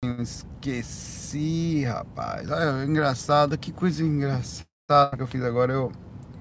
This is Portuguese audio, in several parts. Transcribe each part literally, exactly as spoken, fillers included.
Eu esqueci, rapaz. Olha, engraçado, que coisa engraçada que eu fiz agora. Eu,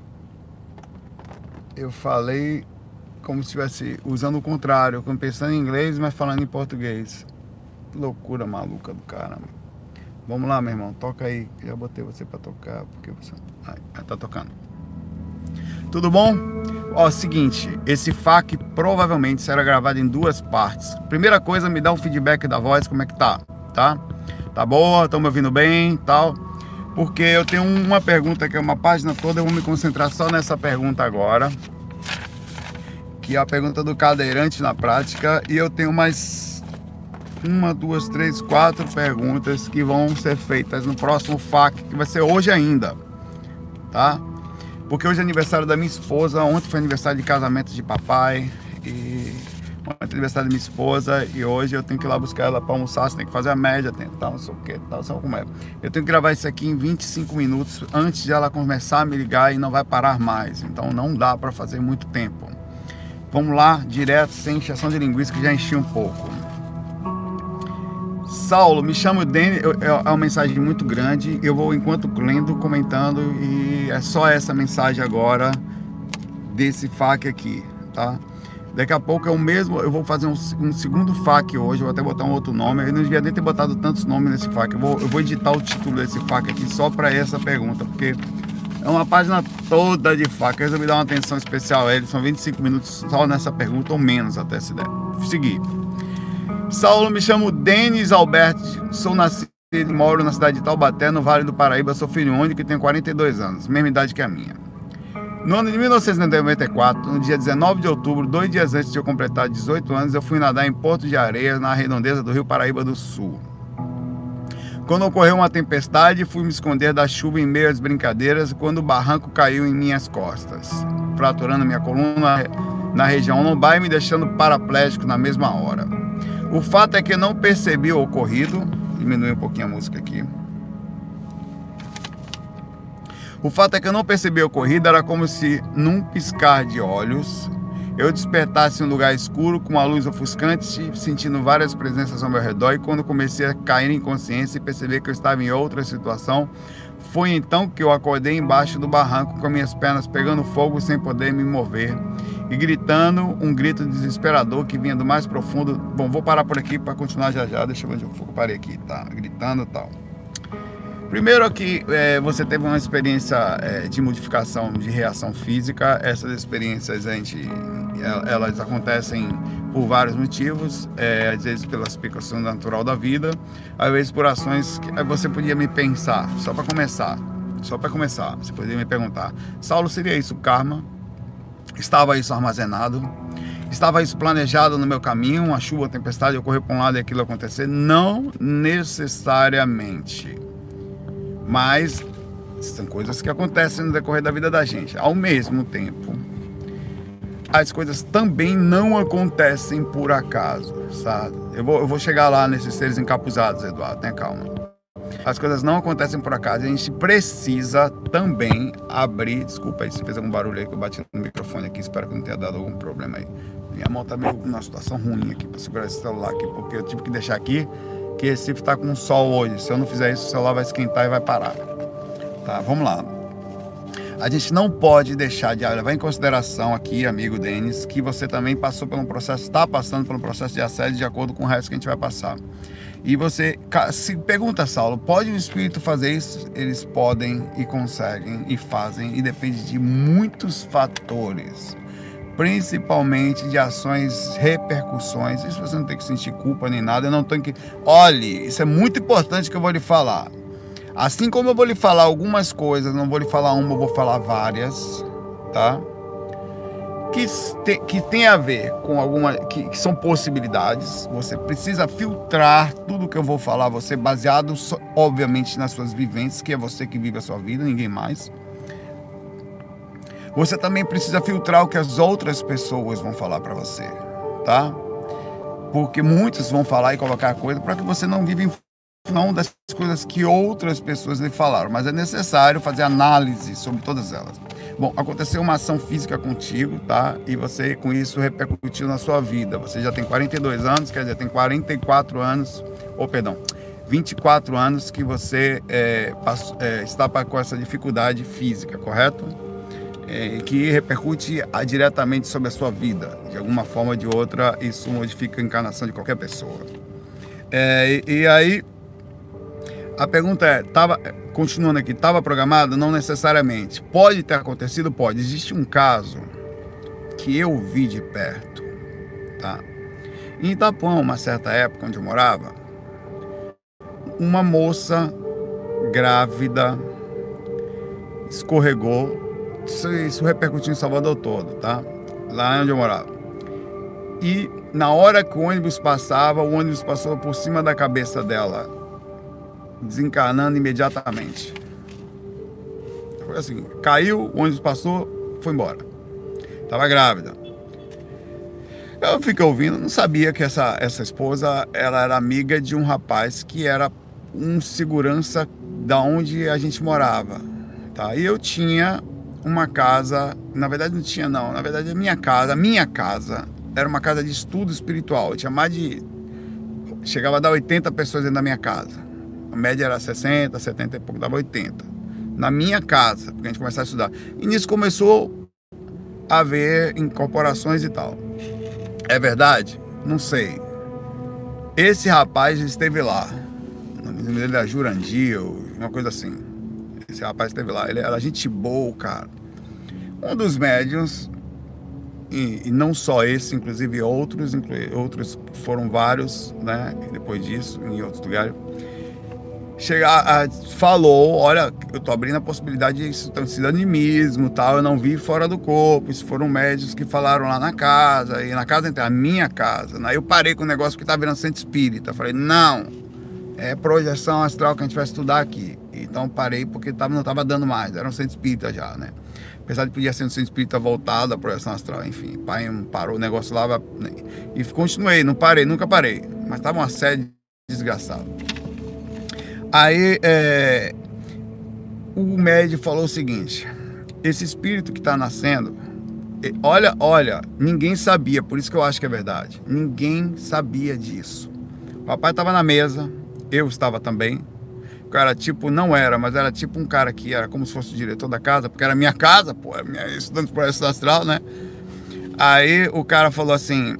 eu falei como se estivesse usando o contrário, como pensando em inglês, mas falando em português. Que loucura maluca do caramba. Vamos lá, meu irmão, toca aí. Já botei você pra tocar, porque você. Ai, tá tocando. Tudo bom? Ó, seguinte, esse F A Q provavelmente será gravado em duas partes. Primeira coisa, me dá um feedback da voz, como é que tá, tá? Tá boa? Estão me ouvindo bem, tal? Porque eu tenho uma pergunta que é uma página toda, eu vou me concentrar só nessa pergunta agora, que é a pergunta do cadeirante na prática, e eu tenho mais uma, duas, três, quatro perguntas que vão ser feitas no próximo F A Q, que vai ser hoje ainda, tá? Porque hoje é aniversário da minha esposa, ontem foi aniversário de casamento de papai, e ontem é aniversário da minha esposa, e hoje eu tenho que ir lá buscar ela para almoçar, você tem que fazer a média, tem tal, não sei o que, tal, sabe como é. Eu tenho que gravar isso aqui em vinte e cinco minutos antes de ela começar a me ligar e não vai parar mais, então não dá para fazer muito tempo. Vamos lá, direto, sem encheção de linguiça, que já enchi um pouco. Saulo, me chamo Denis, é uma mensagem muito grande, eu vou enquanto lendo, comentando, e é só essa mensagem agora desse F A Q aqui, tá? Daqui a pouco é o mesmo, eu vou fazer um, um segundo F A Q hoje, eu vou até botar um outro nome, eu não devia nem ter botado tantos nomes nesse F A Q, eu vou, eu vou editar o título desse F A Q aqui só para essa pergunta, porque é uma página toda de F A Q, eu resolvi dar uma atenção especial a ele, são vinte e cinco minutos só nessa pergunta, ou menos até se der. Seguir. Saulo, me chamo Denis Alberto, sou nascido e moro na cidade de Taubaté, no Vale do Paraíba, sou filho único e tenho quarenta e dois anos, mesma idade que a minha. No ano de mil novecentos e noventa e quatro, no dia dezenove de outubro, dois dias antes de eu completar dezoito anos, eu fui nadar em Porto de Areias, na redondeza do Rio Paraíba do Sul. Quando ocorreu uma tempestade, fui me esconder da chuva em meio às brincadeiras, quando o barranco caiu em minhas costas, fraturando minha coluna na região lombar e me deixando paraplégico na mesma hora. O fato é que eu não percebi o ocorrido. Diminui um pouquinho a música aqui. O fato é que eu não percebi o ocorrido, era como se, num piscar de olhos, eu despertasse em um lugar escuro, com uma luz ofuscante, sentindo várias presenças ao meu redor, e quando comecei a cair em consciência e perceber que eu estava em outra situação, foi então que eu acordei embaixo do barranco, com minhas pernas pegando fogo sem poder me mover, e gritando um grito desesperador que vinha do mais profundo. Bom, vou parar por aqui para continuar já já, deixa eu ver onde eu parei aqui, tá? Gritando e tal. Primeiro aqui, é, você teve uma experiência é, de modificação de reação física. Essas experiências, a gente, elas acontecem por vários motivos, é, às vezes pela explicação natural da vida, às vezes por ações que você podia me pensar, só para começar, só para começar, você poderia me perguntar, Saulo, seria isso karma? Estava isso armazenado? Estava isso planejado no meu caminho? Uma chuva, uma tempestade, eu correr para um lado e aquilo acontecer? Não necessariamente. Mas são coisas que acontecem no decorrer da vida da gente. Ao mesmo tempo, as coisas também não acontecem por acaso, sabe? Eu vou, eu vou chegar lá nesses seres encapuzados, Eduardo, tenha calma. As coisas não acontecem por acaso, a gente precisa também abrir... Desculpa aí se fez algum barulho aí que eu bati no microfone aqui, espero que não tenha dado algum problema aí. Minha mão tá meio numa situação ruim aqui para segurar esse celular aqui, porque eu tive que deixar aqui, que Recife tá com sol hoje. Se eu não fizer isso, o celular vai esquentar e vai parar. Tá, vamos lá. A gente não pode deixar de levar em consideração aqui, amigo Denis, que você também passou por um processo, está passando por um processo de assédio de acordo com o resto que a gente vai passar. E você se pergunta, Saulo, pode o espírito fazer isso? Eles podem e conseguem e fazem, e depende de muitos fatores, principalmente de ações, repercussões. Isso você não tem que sentir culpa nem nada, eu não tenho que... Olhe, isso é muito importante que eu vou lhe falar. Assim como eu vou lhe falar algumas coisas, não vou lhe falar uma, eu vou falar várias, tá? Que, te, que tem a ver com alguma... Que, que são possibilidades. Você precisa filtrar tudo que eu vou falar, você baseado, obviamente, nas suas vivências, que é você que vive a sua vida, ninguém mais. Você também precisa filtrar o que as outras pessoas vão falar para você, tá? Porque muitos vão falar e colocar coisa para que você não viva em função das coisas que outras pessoas lhe falaram, mas é necessário fazer análise sobre todas elas. Bom, aconteceu uma ação física contigo, tá? E você, com isso, repercutiu na sua vida. Você já tem quarenta e dois anos, quer dizer, tem quarenta e quatro anos, ou perdão, vinte e quatro anos que você é, passou, é, está com essa dificuldade física, correto? É, que repercute diretamente sobre a sua vida. De alguma forma ou de outra, isso modifica a encarnação de qualquer pessoa. É, e, e aí, a pergunta é, tava, continuando aqui, estava programado? Não necessariamente. Pode ter acontecido? Pode. Existe um caso que eu vi de perto, tá? Em Itapuã, uma certa época onde eu morava, uma moça grávida escorregou. Isso, isso repercutiu em Salvador todo, tá? Lá onde eu morava. E na hora que o ônibus passava, o ônibus passou por cima da cabeça dela, desencarnando imediatamente. Foi assim, caiu, o ônibus passou, foi embora. Tava grávida. Eu fiquei ouvindo, não sabia que essa, essa esposa, ela era amiga de um rapaz que era um segurança da onde a gente morava, tá? E eu tinha uma casa, na verdade não tinha não, na verdade a minha casa, a minha casa era uma casa de estudo espiritual. Eu tinha mais de, chegava a dar oitenta pessoas dentro da minha casa. A média era sessenta, setenta e pouco, dava oitenta. Na minha casa, porque a gente começava a estudar. E nisso começou a haver incorporações e tal. É verdade? Não sei. Esse rapaz esteve lá. O nome dele era Jurandir, uma coisa assim. Esse rapaz esteve lá. Ele era gente boa, cara. Um dos médiuns, e, e não só esse, inclusive outros, inclui, outros foram vários, né? Depois disso, em outros lugares. Chegar, a, falou, olha, eu tô abrindo a possibilidade de isso ter sido animismo, tal, eu não vi fora do corpo. Isso foram médicos que falaram lá na casa, e na casa entre a minha casa. Aí eu parei com o negócio que tá virando centro espírita. Falei, não, é projeção astral que a gente vai estudar aqui. Então parei porque tava, não tava dando mais, era um centro espírita já, né? Apesar de podia ser um centro espírita voltado à projeção astral, enfim. Pai parou o negócio lá e continuei, não parei, nunca parei. Mas tava uma sede desgraçada. Aí é, o médium falou o seguinte: esse espírito que está nascendo, olha, olha, ninguém sabia, por isso que eu acho que é verdade. Ninguém sabia disso. O papai estava na mesa, eu estava também. O cara, tipo, não era, mas era tipo um cara que era como se fosse o diretor da casa, porque era minha casa, pô, era minha, estudando de projeção astral, né? Aí o cara falou assim: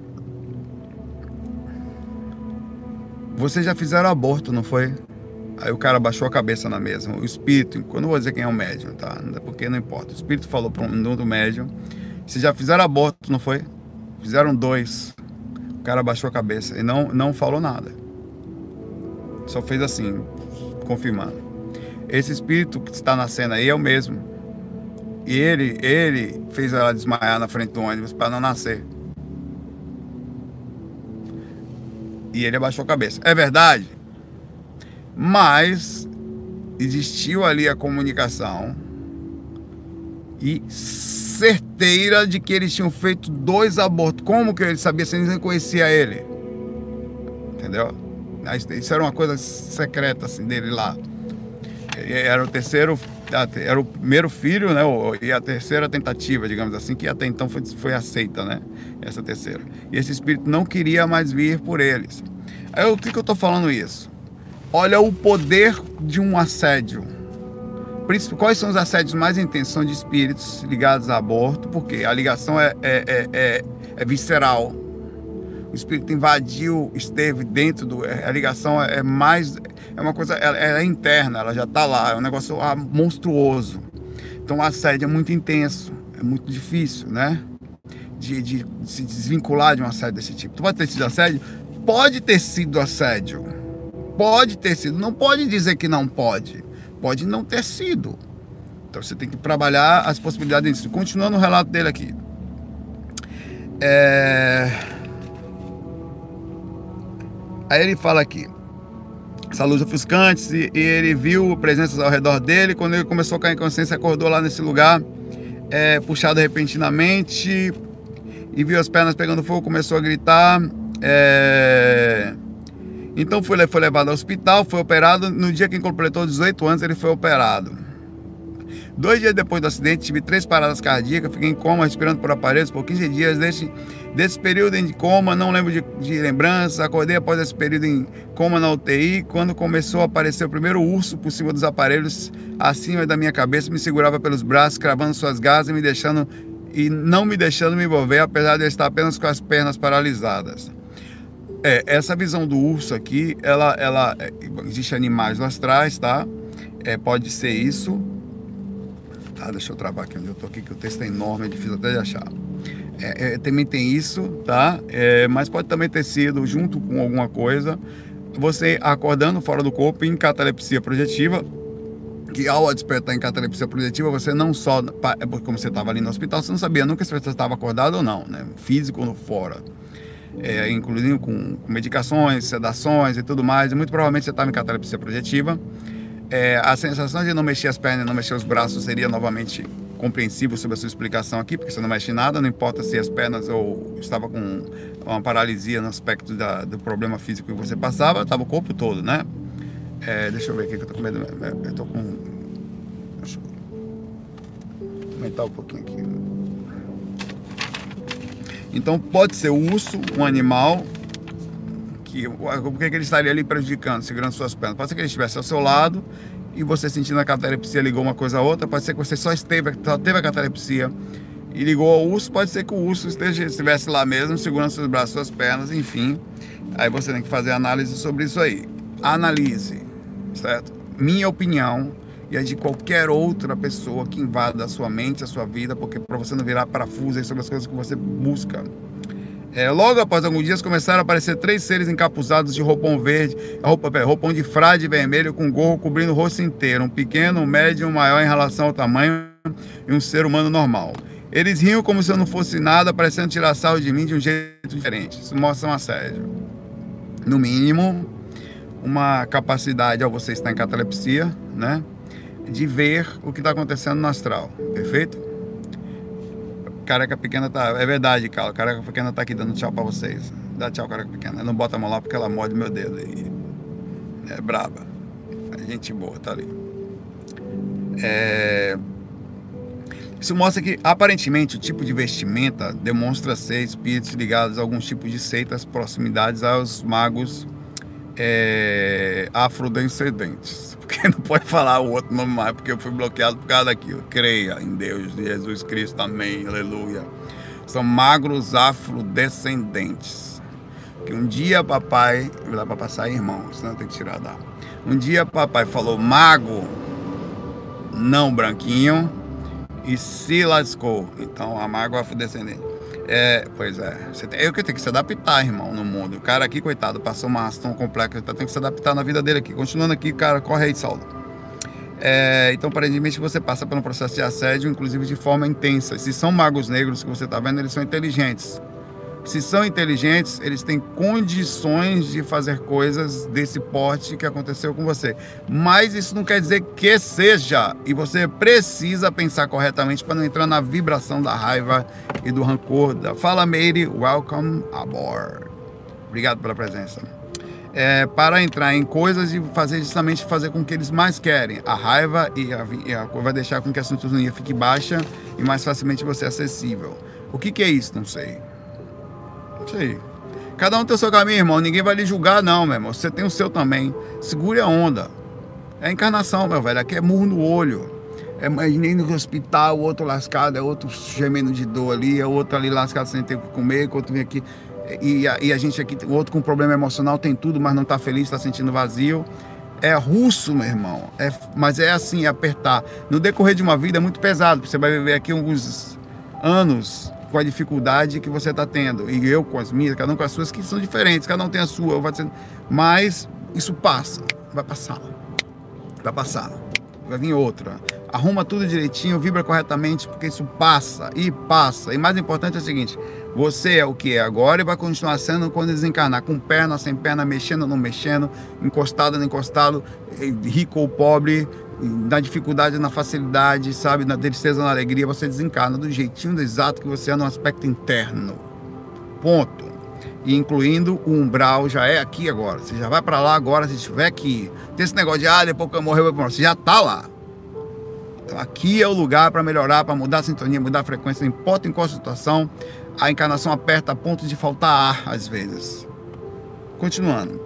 vocês já fizeram aborto, não foi? Aí o cara baixou a cabeça na mesa. O espírito, eu não vou dizer quem é o médium, tá? Porque não importa. O espírito falou para um do médium: vocês já fizeram aborto, não foi? Fizeram dois. O cara baixou a cabeça e não, não falou nada. Só fez assim, confirmando. Esse espírito que está nascendo aí é o mesmo. E ele, ele fez ela desmaiar na frente do ônibus para não nascer. E ele abaixou a cabeça. É verdade? Mas existiu ali a comunicação e certeira de que eles tinham feito dois abortos. Como que ele sabia se eles não conhecia ele? Entendeu? Isso era uma coisa secreta assim, dele lá. Ele era o terceiro, era o primeiro filho, né? E a terceira tentativa, digamos assim, que até então foi, foi aceita, né? Essa terceira. E esse espírito não queria mais vir por eles. Aí o que que eu tô falando isso? Olha o poder de um assédio. Quais são os assédios mais intensos? São de espíritos ligados a aborto, porque a ligação é, é, é, é, é visceral. O espírito invadiu, esteve dentro do... A ligação é mais... É uma coisa... Ela é interna, ela já está lá. É um negócio monstruoso. Então o assédio é muito intenso. É muito difícil, né? De, de, de se desvincular de um assédio desse tipo. Tu pode ter sido assédio? Pode ter sido assédio. Pode ter sido, não pode dizer que não pode, pode não ter sido. Então você tem que trabalhar as possibilidades disso. Continuando o relato dele aqui. É... Aí ele fala aqui: essa luz ofuscante, e ele viu presenças ao redor dele. Quando ele começou a cair em consciência, acordou lá nesse lugar, é, puxado repentinamente, e viu as pernas pegando fogo, começou a gritar. É... Então foi, foi levado ao hospital, foi operado. No dia que completou dezoito anos, ele foi operado. Dois dias depois do acidente, tive três paradas cardíacas, fiquei em coma, respirando por aparelhos por quinze dias. Desse, desse período em coma, não lembro de, de lembranças. Acordei após esse período em coma na U T I, quando começou a aparecer o primeiro urso por cima dos aparelhos, acima da minha cabeça, me segurava pelos braços, cravando suas garras e me deixando e não me deixando me mover, apesar de eu estar apenas com as pernas paralisadas. É, essa visão do urso aqui, ela, ela é, existe animais astrais, tá? É, pode ser isso. Tá, deixa eu travar aqui onde eu tô aqui, que o texto é enorme, é difícil até de achar. É, é, também tem isso, tá? É, mas pode também ter sido junto com alguma coisa, você acordando fora do corpo em catalepsia projetiva, que ao despertar em catalepsia projetiva, você não só, como você estava ali no hospital, você não sabia nunca se você estava acordado ou não, né? Físico ou fora. É, inclusive com, com medicações, sedações e tudo mais, e muito provavelmente você estava em catalepsia projetiva. É, a sensação de não mexer as pernas, não mexer os braços seria novamente compreensível sobre a sua explicação aqui, porque você não mexe nada, não importa se as pernas ou estava com uma paralisia no aspecto da, do problema físico que você passava, estava o corpo todo, né? É, deixa eu ver aqui que eu tô com medo. Eu tô com. Deixa eu aumentar um pouquinho aqui. Então pode ser o urso, um animal. Que, por que ele estaria ali prejudicando, segurando suas pernas? Pode ser que ele estivesse ao seu lado e você sentindo a catalepsia ligou uma coisa a outra. Pode ser que você só, esteve, só teve a catalepsia e ligou ao urso. Pode ser que o urso esteja, estivesse lá mesmo, segurando seus braços, suas pernas, enfim. Aí você tem que fazer análise sobre isso aí. Analise. Certo? Minha opinião e a de qualquer outra pessoa que invada a sua mente, a sua vida, porque para você não virar parafuso aí sobre as coisas que você busca. É, logo após alguns dias começaram a aparecer três seres encapuzados de roupão verde, roupa, pera, roupão de frade vermelho com gorro cobrindo o rosto inteiro, um pequeno, um médio, um maior em relação ao tamanho e um ser humano normal. Eles riam como se eu não fosse nada, parecendo tirar sarro de mim de um jeito diferente. Isso mostra um assédio. No mínimo, uma capacidade, ao você estar em catalepsia, né, de ver o que está acontecendo no astral, perfeito? Careca Pequena tá, é verdade, cara, Careca Pequena tá aqui dando tchau pra vocês. Dá tchau, Careca Pequena, não bota a mão lá porque ela morde meu dedo e é braba, é gente boa, tá ali. É... Isso mostra que, aparentemente, o tipo de vestimenta demonstra ser espíritos ligados a alguns tipos de seitas, proximidades aos magos é, afrodescendentes. Porque não pode falar o outro nome mais, porque eu fui bloqueado por causa daquilo. Creia em Deus, Jesus Cristo, amém, aleluia. São magros afrodescendentes. Que um dia papai, dá para passar aí, irmão, senão tem que tirar da. Um dia papai falou mago, não branquinho, e se lascou. Então, a mago afrodescendente. É, pois é, você tem, eu que tenho que se adaptar, irmão, no mundo. O cara aqui, coitado, passou uma ação complexa, tem que se adaptar na vida dele aqui. Continuando aqui, cara, corre aí, Saulo. É, então, aparentemente, você passa por um processo de assédio, inclusive de forma intensa. Se são magos negros que você está vendo, eles são inteligentes. Se são inteligentes, eles têm condições de fazer coisas desse porte que aconteceu com você. Mas isso não quer dizer que seja. E você precisa pensar corretamente para não entrar na vibração da raiva e do rancor. Da... Fala, Meire, welcome aboard. Obrigado pela presença. É, para entrar em coisas e fazer justamente fazer com que eles mais querem. A raiva e a, e a vai deixar com que a sintonia fique baixa e mais facilmente você é acessível. O que, que é isso? Não sei. Isso aí. Cada um tem o seu caminho, irmão. Ninguém vai lhe julgar, não, meu irmão. Você tem o seu também. Segure a onda. É a encarnação, meu velho. Aqui é murro no olho. É nem no hospital, o outro lascado, é outro gemendo de dor ali, é outro ali lascado sem ter o que comer, o outro vem aqui. E a, e a gente aqui, o outro com problema emocional, tem tudo, mas não tá feliz, tá sentindo vazio. É russo, meu irmão. É, mas é assim, é apertar. No decorrer de uma vida é muito pesado. Você vai viver aqui alguns anos com a dificuldade que você está tendo, e eu com as minhas, cada um com as suas, que são diferentes, cada um tem a sua, eu vou dizer, mas isso passa, vai passar, vai passar, vai vir outra. Arruma tudo direitinho, vibra corretamente, porque isso passa e passa. E mais importante é o seguinte: você é o que é agora e vai continuar sendo quando desencarnar, com perna, sem perna, mexendo ou não mexendo, encostado ou não encostado, rico ou pobre, na dificuldade, na facilidade, sabe, na tristeza, na alegria, você desencarna do jeitinho do exato que você é no aspecto interno. Ponto. E incluindo o umbral, já é aqui agora. Você já vai para lá agora, se estiver aqui. Tem esse negócio de, ah, depois que eu morrer, eu vou... você já tá lá. Então aqui é o lugar para melhorar, para mudar a sintonia, mudar a frequência, não importa em qual situação, a encarnação aperta a ponto de faltar ar às vezes. Continuando.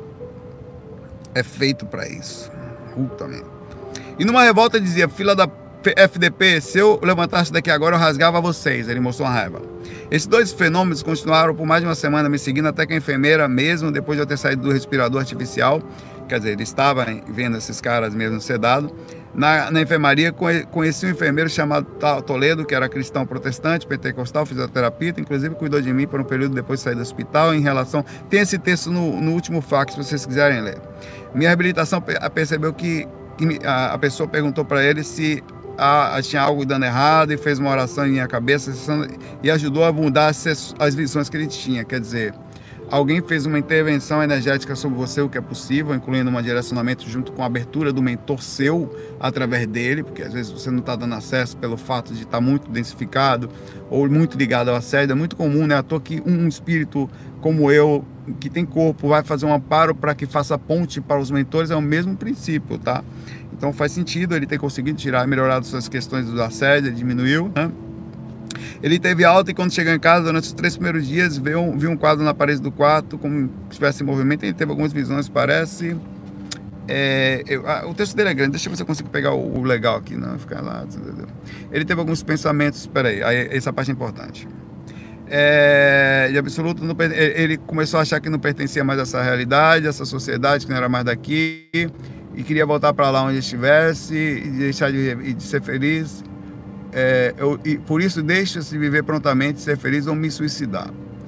É feito para isso. Uh, também. E numa revolta dizia, fila da F D P, se eu levantasse daqui agora eu rasgava vocês. Ele mostrou uma raiva. Esses dois fenômenos continuaram por mais de uma semana me seguindo, até que a enfermeira, mesmo depois de eu ter saído do respirador artificial, quer dizer, ele estava vendo esses caras mesmo sedados, na, na enfermaria conheci um enfermeiro chamado Toledo, que era cristão protestante, pentecostal, fisioterapeuta, inclusive cuidou de mim por um período depois de sair do hospital, em relação... Tem esse texto no, no último fax, se vocês quiserem ler. Minha reabilitação percebeu que, que a, a pessoa perguntou para ele se a, a, tinha algo dando errado e fez uma oração em minha cabeça e ajudou a mudar as, as visões que ele tinha, quer dizer... Alguém fez uma intervenção energética sobre você, o que é possível, incluindo um direcionamento junto com a abertura do mentor seu através dele, porque às vezes você não está dando acesso pelo fato de estar muito densificado ou muito ligado ao assédio. É muito comum, né? À toa que um espírito como eu, que tem corpo, vai fazer um amparo para que faça ponte para os mentores, é o mesmo princípio, tá? Então faz sentido ele ter conseguido tirar, melhorar suas questões do assédio, diminuiu, né? Ele teve alta e quando chegou em casa, durante os três primeiros dias, viu um, viu um quadro na parede do quarto, como se estivesse em movimento. Ele teve algumas visões, parece. É, eu, ah, o texto dele é grande, deixa eu ver se eu consigo pegar o, o legal aqui, não ficar lá. Entendeu? Ele teve alguns pensamentos, espera aí, aí, essa parte é importante. É, de absoluto, não, ele começou a achar que não pertencia mais a essa realidade, a essa sociedade, que não era mais daqui, e queria voltar para lá onde estivesse, e deixar de, de ser feliz. É, eu, e por isso deixa-se viver prontamente, ser feliz ou me suicidar.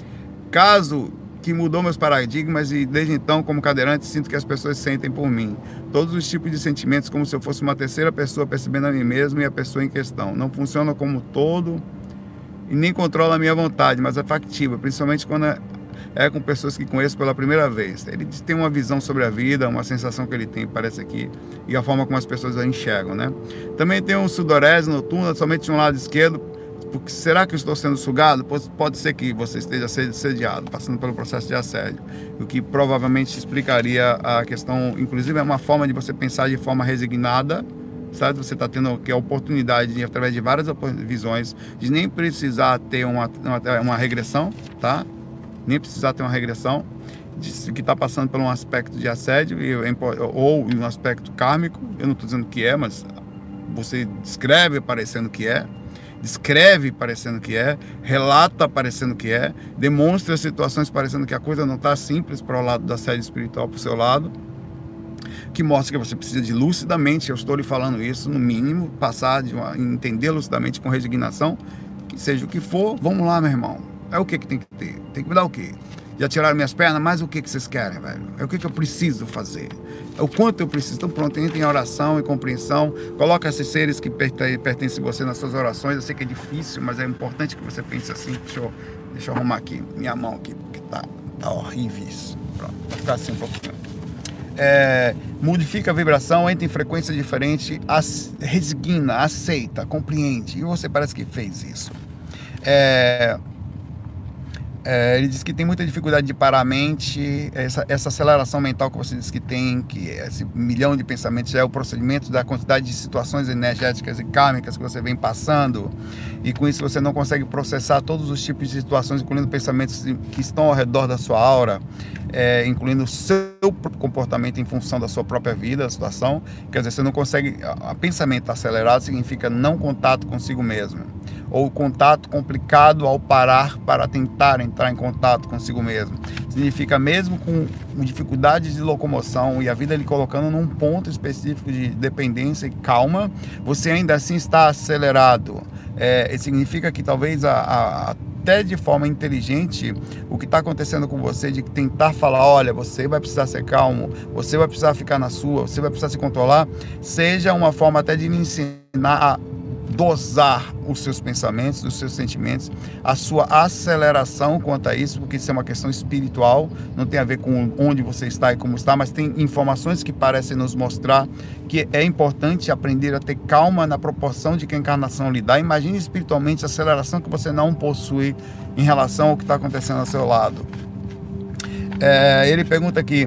Caso que mudou meus paradigmas e desde então, como cadeirante, sinto que as pessoas sentem por mim. Todos os tipos de sentimentos, como se eu fosse uma terceira pessoa percebendo a mim mesmo e a pessoa em questão. Não funciona como todo e nem controla a minha vontade, mas é factível, principalmente quando é, é com pessoas que conheço pela primeira vez. Ele tem uma visão sobre a vida, uma sensação que ele tem, parece aqui, e a forma como as pessoas a enxergam, né? Também tem um sudorese noturna, somente de um lado esquerdo. Porque será que eu estou sendo sugado? Pode ser que você esteja sediado, passando pelo processo de assédio, o que provavelmente explicaria a questão, inclusive é uma forma de você pensar de forma resignada, sabe? Você está tendo aqui a oportunidade, de, através de várias visões, de nem precisar ter uma, uma, uma regressão, tá? Nem precisar ter uma regressão, de, que está passando por um aspecto de assédio ou um aspecto kármico. Eu não estou dizendo que é, mas você descreve parecendo que é, descreve parecendo que é, relata parecendo que é, demonstra situações parecendo que a coisa não está simples para o lado do assédio espiritual, para o seu lado, que mostra que você precisa de lucidamente, eu estou lhe falando isso, no mínimo, passar de uma, entender lucidamente com resignação, que seja o que for, vamos lá, meu irmão. É o que que tem que ter? Tem que me dar o quê? Já tiraram minhas pernas, mas o que que vocês querem, velho? É o que que eu preciso fazer? É o quanto eu preciso. Então pronto, entre em oração e compreensão. Coloca esses seres que pertencem a você nas suas orações. Eu sei que é difícil, mas é importante que você pense assim. Deixa eu, deixa eu arrumar aqui, minha mão aqui, porque tá, tá horrível isso. Pronto, vai ficar assim um pouquinho. É, modifica a vibração, entra em frequência diferente, as, resigna, aceita, compreende. E você parece que fez isso. É... É, ele diz que tem muita dificuldade de parar a mente, essa, essa aceleração mental que você diz que tem, que esse milhão de pensamentos já é o procedimento da quantidade de situações energéticas e kármicas que você vem passando, e com isso você não consegue processar todos os tipos de situações, incluindo pensamentos que estão ao redor da sua aura, é, incluindo o seu comportamento em função da sua própria vida, da situação. Quer dizer, você não consegue, a pensamento acelerado significa não contato consigo mesmo, ou contato complicado ao parar para tentar entrar em contato consigo mesmo. Significa mesmo com dificuldade de locomoção e a vida lhe colocando num ponto específico de dependência e calma, você ainda assim está acelerado. É, significa que talvez a, a, até de forma inteligente o que está acontecendo com você, de tentar falar, olha, você vai precisar ser calmo, você vai precisar ficar na sua, você vai precisar se controlar, seja uma forma até de lhe ensinar a dosar os seus pensamentos, os seus sentimentos, a sua aceleração quanto a isso, porque isso é uma questão espiritual, não tem a ver com onde você está e como está, mas tem informações que parecem nos mostrar que é importante aprender a ter calma na proporção de que a encarnação lhe dá. Imagine espiritualmente a aceleração que você não possui em relação ao que está acontecendo ao seu lado. É, ele pergunta aqui,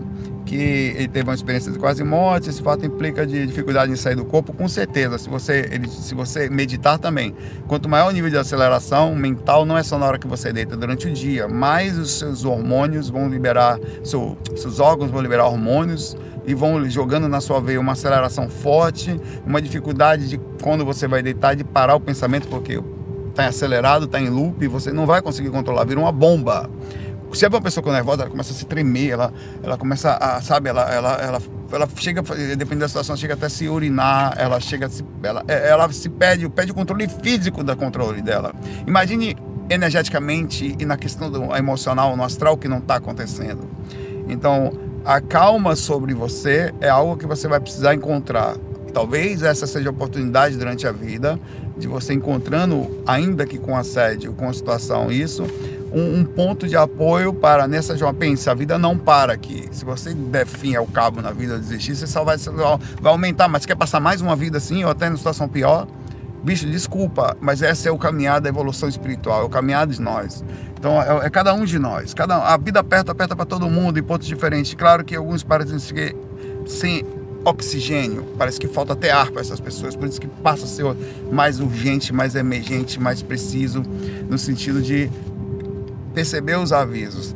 que ele teve uma experiência de quase morte. Esse fato implica de dificuldade em sair do corpo, com certeza. Se você, ele, se você meditar também, quanto maior o nível de aceleração mental, não é só na hora que você deita, durante o dia, mais os seus hormônios vão liberar, seu, seus órgãos vão liberar hormônios e vão jogando na sua veia uma aceleração forte, uma dificuldade de quando você vai deitar, de parar o pensamento, porque está acelerado, está em loop, você não vai conseguir controlar, vira uma bomba. Se é uma pessoa que é nervosa, ela começa a se tremer, ela, ela começa a, sabe, ela, ela, ela, ela chega, dependendo da situação, chega até a se urinar, ela chega a se, ela, ela se perde, perde o controle físico do controle dela. Imagine energeticamente e na questão do emocional, no astral, que não está acontecendo. Então, a calma sobre você é algo que você vai precisar encontrar. Talvez essa seja a oportunidade durante a vida, de você encontrando, ainda que com assédio, com a situação, isso, um, um ponto de apoio para nessa jornada. Pensa, a vida não para aqui. Se você der fim ao cabo na vida, desistir, você só vai, vai aumentar. Mas quer passar mais uma vida assim, ou até numa situação pior? Bicho, desculpa, mas esse é o caminhar da evolução espiritual, é o caminhar de nós. Então, é, é cada um de nós. Cada, a vida aperta, aperta para todo mundo, em pontos diferentes. Claro que alguns parecem ser sem oxigênio, parece que falta até ar para essas pessoas, por isso que passa a ser mais urgente, mais emergente, mais preciso, no sentido de perceber os avisos.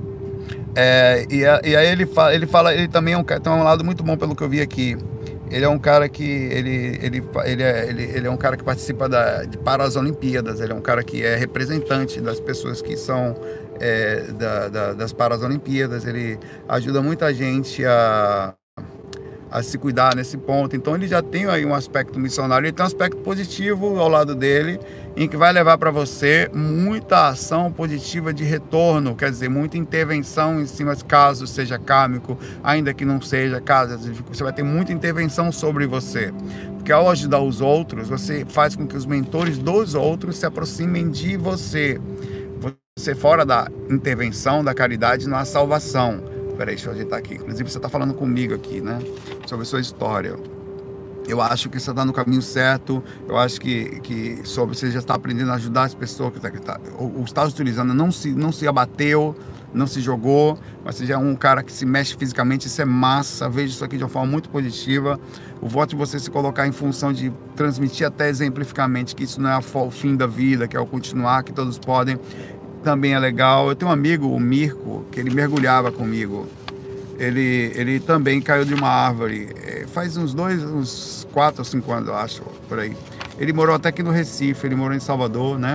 É, e, a, e aí ele fala, ele fala, ele também é um, tem um lado muito bom pelo que eu vi aqui. Ele é um cara que ele, ele, ele, é, ele, ele é um cara que participa da, de para as Olimpíadas. Ele é um cara que é representante das pessoas que são é, da, da, das para as Olimpíadas. Ele ajuda muita gente a a se cuidar nesse ponto. Então ele já tem aí um aspecto missionário, ele tem um aspecto positivo ao lado dele, em que vai levar para você muita ação positiva de retorno, quer dizer, muita intervenção em cima, caso seja kármico, ainda que não seja, caso você vai ter muita intervenção sobre você, porque ao ajudar os outros, você faz com que os mentores dos outros se aproximem de você. Você fora da intervenção, da caridade, na salvação. Peraí, deixa eu ajeitar aqui. Inclusive, você está falando comigo aqui, né? Sobre a sua história. Eu acho que você está no caminho certo. Eu acho que, que sobre, você já está aprendendo a ajudar as pessoas que está tá, ou está utilizando. Não se, não se abateu, não se jogou, mas você já é um cara que se mexe fisicamente. Isso é massa. Veja isso aqui de uma forma muito positiva. O voto de você se colocar em função de transmitir até exemplificamente que isso não é o fim da vida, que é o continuar, que todos podem. Também é legal. Eu tenho um amigo, o Mirko, que ele mergulhava comigo. Ele, ele também caiu de uma árvore. É, faz uns dois, uns quatro ou cinco anos, eu acho, por aí. Ele morou até aqui no Recife, ele morou em Salvador, né?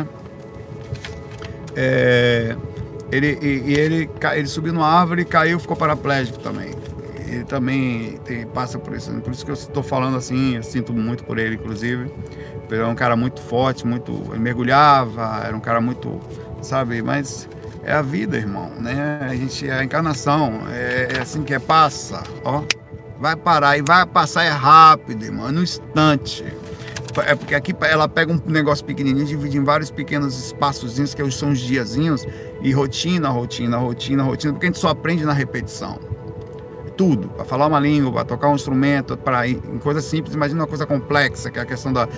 É, ele, e, e ele, ele subiu numa árvore e caiu, ficou paraplégico também. Ele também tem, passa por isso. Por isso que eu estou falando assim, eu sinto muito por ele, inclusive. Ele é um cara muito forte, muito. Ele mergulhava, era um cara muito. Sabe, mas é a vida, irmão, né? A gente, a encarnação é, é assim que é, passa, ó, vai parar e vai passar é rápido, irmão, é no instante. É porque aqui ela pega um negócio pequenininho, divide em vários pequenos espaçozinhos, que são os diazinhos, e rotina, rotina, rotina, rotina, porque a gente só aprende na repetição. Tudo, para falar uma língua, para tocar um instrumento, para em coisa simples, imagina uma coisa complexa, que é a questão da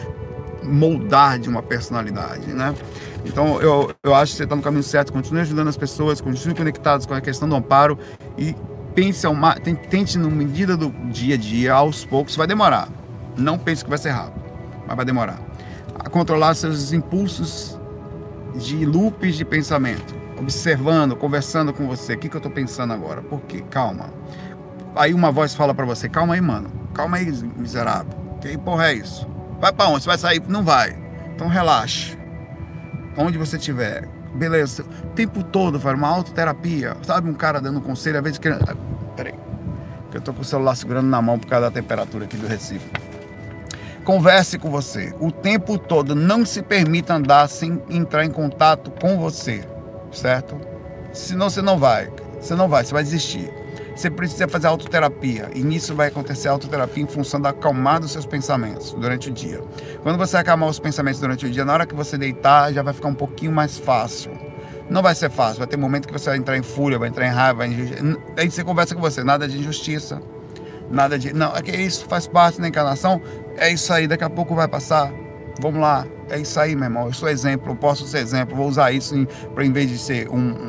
moldar de uma personalidade, né? Então eu, eu acho que você está no caminho certo. Continue ajudando as pessoas, continue conectados com a questão do amparo e pense ao ma... tente na medida do dia a dia, aos poucos. Vai demorar, não pense que vai ser rápido, mas vai demorar, a controlar seus impulsos de loops de pensamento, observando, conversando com você. O que, que eu estou pensando agora? Por quê? Calma. Aí uma voz fala para você: calma aí, mano, calma aí, miserável, que porra é isso? Vai para onde? Você vai sair? Não vai. Então relaxe. Onde você estiver. Beleza. O tempo todo, vai uma autoterapia. Sabe, um cara dando um conselho, às vezes que... Peraí. Que eu tô com o celular segurando na mão por causa da temperatura aqui do Recife. Converse com você. O tempo todo. Não se permita andar sem entrar em contato com você. Certo? Senão você não vai. Você não vai. Você vai desistir. Você precisa fazer autoterapia, e nisso vai acontecer autoterapia em função da acalmar dos seus pensamentos durante o dia. Quando você acalmar os pensamentos durante o dia, na hora que você deitar, já vai ficar um pouquinho mais fácil. Não vai ser fácil, vai ter momento que você vai entrar em fúria, vai entrar em raiva, vai em... aí você conversa com você, nada de injustiça, nada de... Não, é que isso faz parte da encarnação, é isso aí, daqui a pouco vai passar, vamos lá, é isso aí, meu irmão, eu sou exemplo, eu posso ser exemplo, vou usar isso para, em vez de ser um, um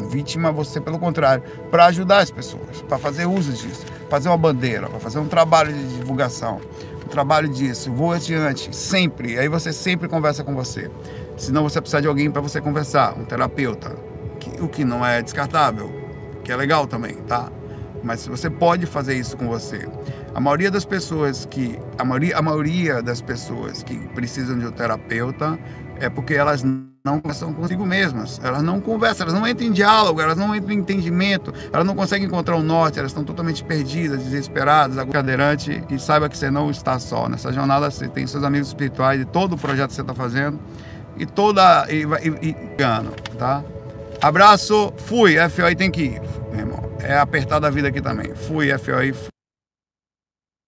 vítima, você, pelo contrário, para ajudar as pessoas, para fazer uso disso, fazer uma bandeira, para fazer um trabalho de divulgação, um trabalho disso, vou adiante, sempre. Aí você sempre conversa com você. Senão você precisa de alguém para você conversar, um terapeuta, que, o que não é descartável, que é legal também, tá? Mas você pode fazer isso com você. A maioria das pessoas que a maioria, a maioria das pessoas que precisam de um terapeuta é porque elas não conversam consigo mesmas. Elas não conversam, elas não entram em diálogo, elas não entram em entendimento, elas não conseguem encontrar o norte, elas estão totalmente perdidas, desesperadas, cadeirante. E saiba que você não está só. Nessa jornada você tem seus amigos espirituais de todo o projeto que você está fazendo e toda e, e, e ano, tá? Abraço, fui, F O I tem que ir, meu irmão. É apertar da vida aqui também. Fui, F O I.